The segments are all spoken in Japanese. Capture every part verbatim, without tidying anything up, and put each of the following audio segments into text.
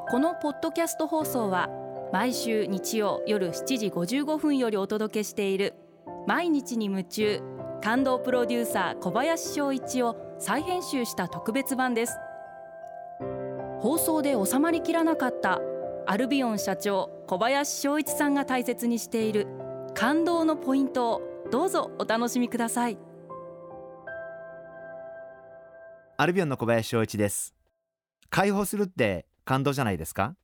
このポッドキャスト放送は毎週日曜夜しちじごじゅうごふんよりお届けしている毎日に夢中感動プロデューサー小林翔一を再編集した特別版です。放送で収まりきらなかったアルビオン社長小林翔一さんが大切にしている感動のポイントをどうぞお楽しみください。 アルビオンの小林翔一です。解放するって感動じゃないですか。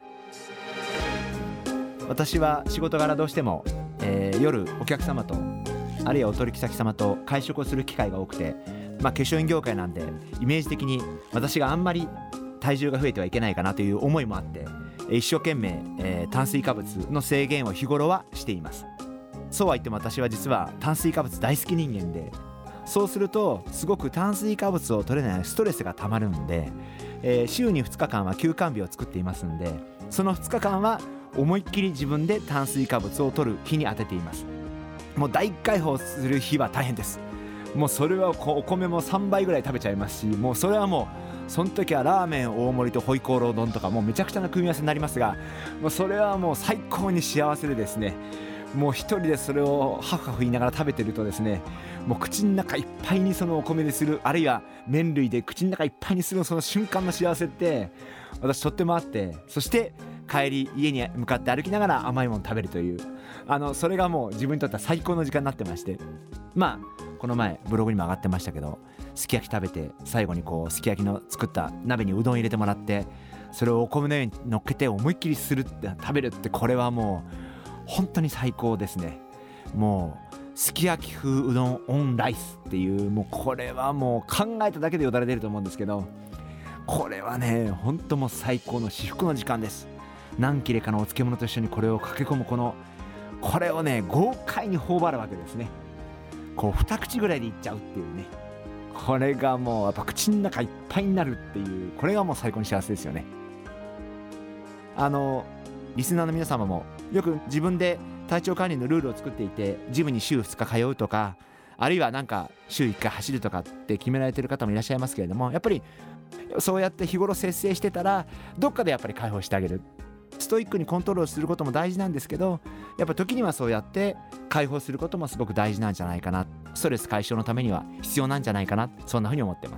私は仕事柄どうしても、えー、夜お客様とあるいはお取引先様と会食をする機会が多くて、まあ、化粧品業界なんでイメージ的に私があんまり体重が増えてはいけないかなという思いもあって一生懸命、えー、炭水化物の制限を日頃はしています。そうは言っても私は実は炭水化物大好き人間で、そうするとすごく炭水化物を取れないストレスがたまるんで、えー、週にふつかかんは休肝日を作っていますんで、そのふつかかんは思いっきり自分で炭水化物を取る日に当てています。もう大解放する日は大変です。もうそれはこうお米もさんばいぐらい食べちゃいますし、もうそれはもうその時はラーメン大盛りとホイコーロー丼とかもうめちゃくちゃな組み合わせになりますが、もうそれはもう最高に幸せでですね、もう一人でそれをハフハフ言いながら食べてるとですね、もう口の中いっぱいにそのお米でする、あるいは麺類で口の中いっぱいにするその瞬間の幸せって私とってもあって、そして帰り家に向かって歩きながら甘いもの食べるという、あのそれがもう自分にとっては最高の時間になってまして、まあこの前ブログにも上がってましたけど、すき焼き食べて最後にこうすき焼きの作った鍋にうどん入れてもらって、それをお米の上に乗っけて思いっきりするって食べるって、これはもう本当に最高ですね。もうすき焼き風うどんオンライスっていう、もうこれはもう考えただけでよだれ出ると思うんですけど、これはね本当もう最高の至福の時間です。何切れかのお漬物と一緒にこれをかけ込む、このこれをね豪快に頬張るわけですね。こう二口ぐらいでいっちゃうっていうね、これがもうやっぱ口の中いっぱいになるっていう、これがもう最高に幸せですよね。あのリスナーの皆様もよく自分で体調管理のルールを作っていて、ジムに週ふつか通うとか、あるいはなんか週いっかい走るとかって決められている方もいらっしゃいますけれども、やっぱりそうやって日頃節制してたらどっかでやっぱり解放してあげる、ストイックにコントロールすることも大事なんですけど、やっぱ時にはそうやって解放することもすごく大事なんじゃないかな、ストレス解消のためには必要なんじゃないかな、そんなふうに思ってます。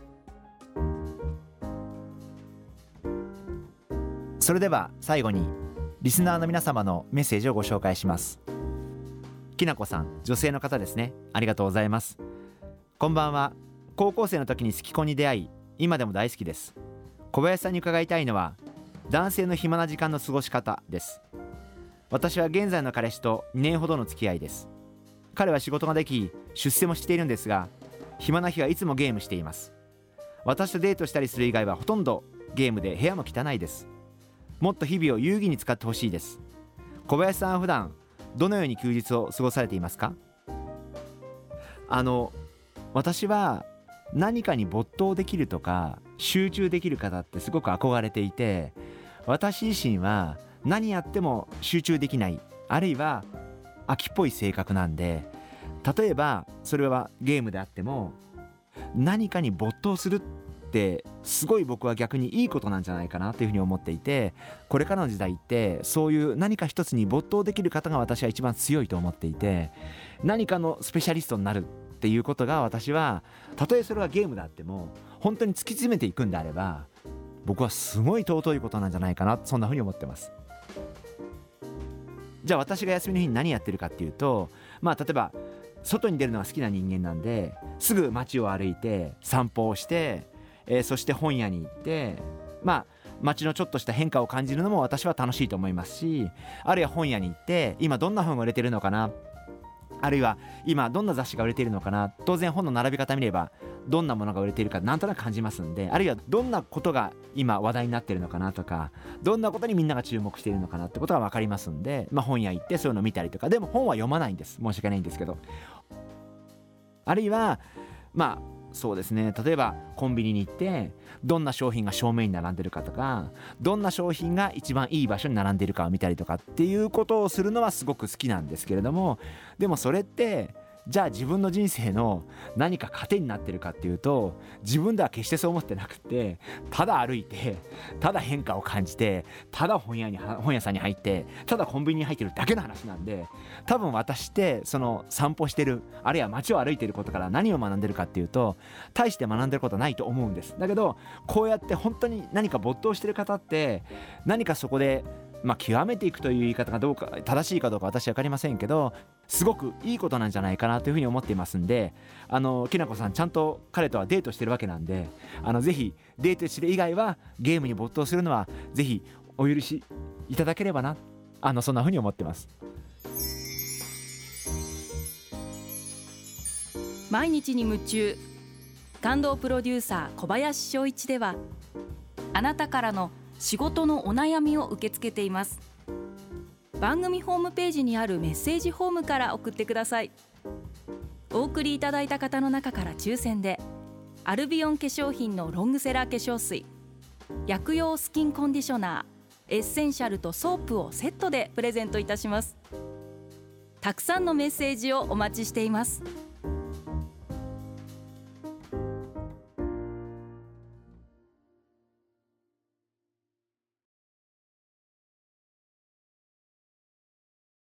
それでは最後にリスナーの皆様のメッセージをご紹介します。きなこさん、女性の方ですね、ありがとうございます。こんばんは。高校生の時にスキコンに出会い、今でも大好きです。小林さんに伺いたいのは男性の暇な時間の過ごし方です。私は現在の彼氏とにねんほどの付き合いです。彼は仕事ができ出世もしているんですが、暇な日はいつもゲームしています。私とデートしたりする以外はほとんどゲームで部屋も汚いです。もっと日々を有意義に使ってほしいです。小林さんは普段どのように休日を過ごされていますか？あの私は何かに没頭できるとか集中できる方ってすごく憧れていて、私自身は何やっても集中できない、あるいは飽きっぽい性格なんで、例えばそれはゲームであっても何かに没頭するってすごい僕は逆にいいことなんじゃないかなというふうに思っていて、これからの時代ってそういう何か一つに没頭できる方が私は一番強いと思っていて、何かのスペシャリストになるっていうことが、私はたとえそれがゲームであっても本当に突き詰めていくんであれば、僕はすごい尊いことなんじゃないかな、そんなふうに思ってます。じゃあ私が休みの日に何やってるかっていうと、まあ例えば外に出るのが好きな人間なんで、すぐ街を歩いて散歩をして、えー、そして本屋に行って、まあ街のちょっとした変化を感じるのも私は楽しいと思いますし、あるいは本屋に行って今どんな本が売れてるのかな、あるいは今どんな雑誌が売れているのかな、当然本の並び方見ればどんなものが売れているかなんとなく感じますんで、あるいはどんなことが今話題になっているのかなとか、どんなことにみんなが注目しているのかなってことが分かりますんで、まあ、本屋行ってそういうのを見たりとか、でも本は読まないんです、申し訳ないんですけど、あるいはまあそうですね、例えばコンビニに行ってどんな商品が正面に並んでるかとか、どんな商品が一番いい場所に並んでいるかを見たりとかっていうことをするのはすごく好きなんですけれども、でもそれってじゃあ自分の人生の何か糧になってるかっていうと、自分では決してそう思ってなくて、ただ歩いて、ただ変化を感じて、ただ本屋に本屋さんに入って、ただコンビニに入ってるだけの話なんで、多分私ってその散歩してる、あるいは街を歩いてることから何を学んでるかっていうと、大して学んでることないと思うんです。だけどこうやって本当に何か没頭してる方って、何かそこでまあ、極めていくという言い方がどうか正しいかどうか私は分かりませんけど、すごくいいことなんじゃないかなというふうに思っていますんで、あのきなこさんちゃんと彼とはデートしてるわけなんで、あのぜひデートしてる以外はゲームに没頭するのはぜひお許しいただければな、あのそんなふうに思ってます。 毎日に夢中、感動プロデューサー小林翔一では、あなたからの仕事のお悩みを受け付けています。番組ホームページにあるメッセージフォームから送ってください。お送りいただいた方の中から抽選で、アルビオン化粧品のロングセラー化粧水、薬用スキンコンディショナー、エッセンシャルとソープをセットでプレゼントいたします。たくさんのメッセージをお待ちしています。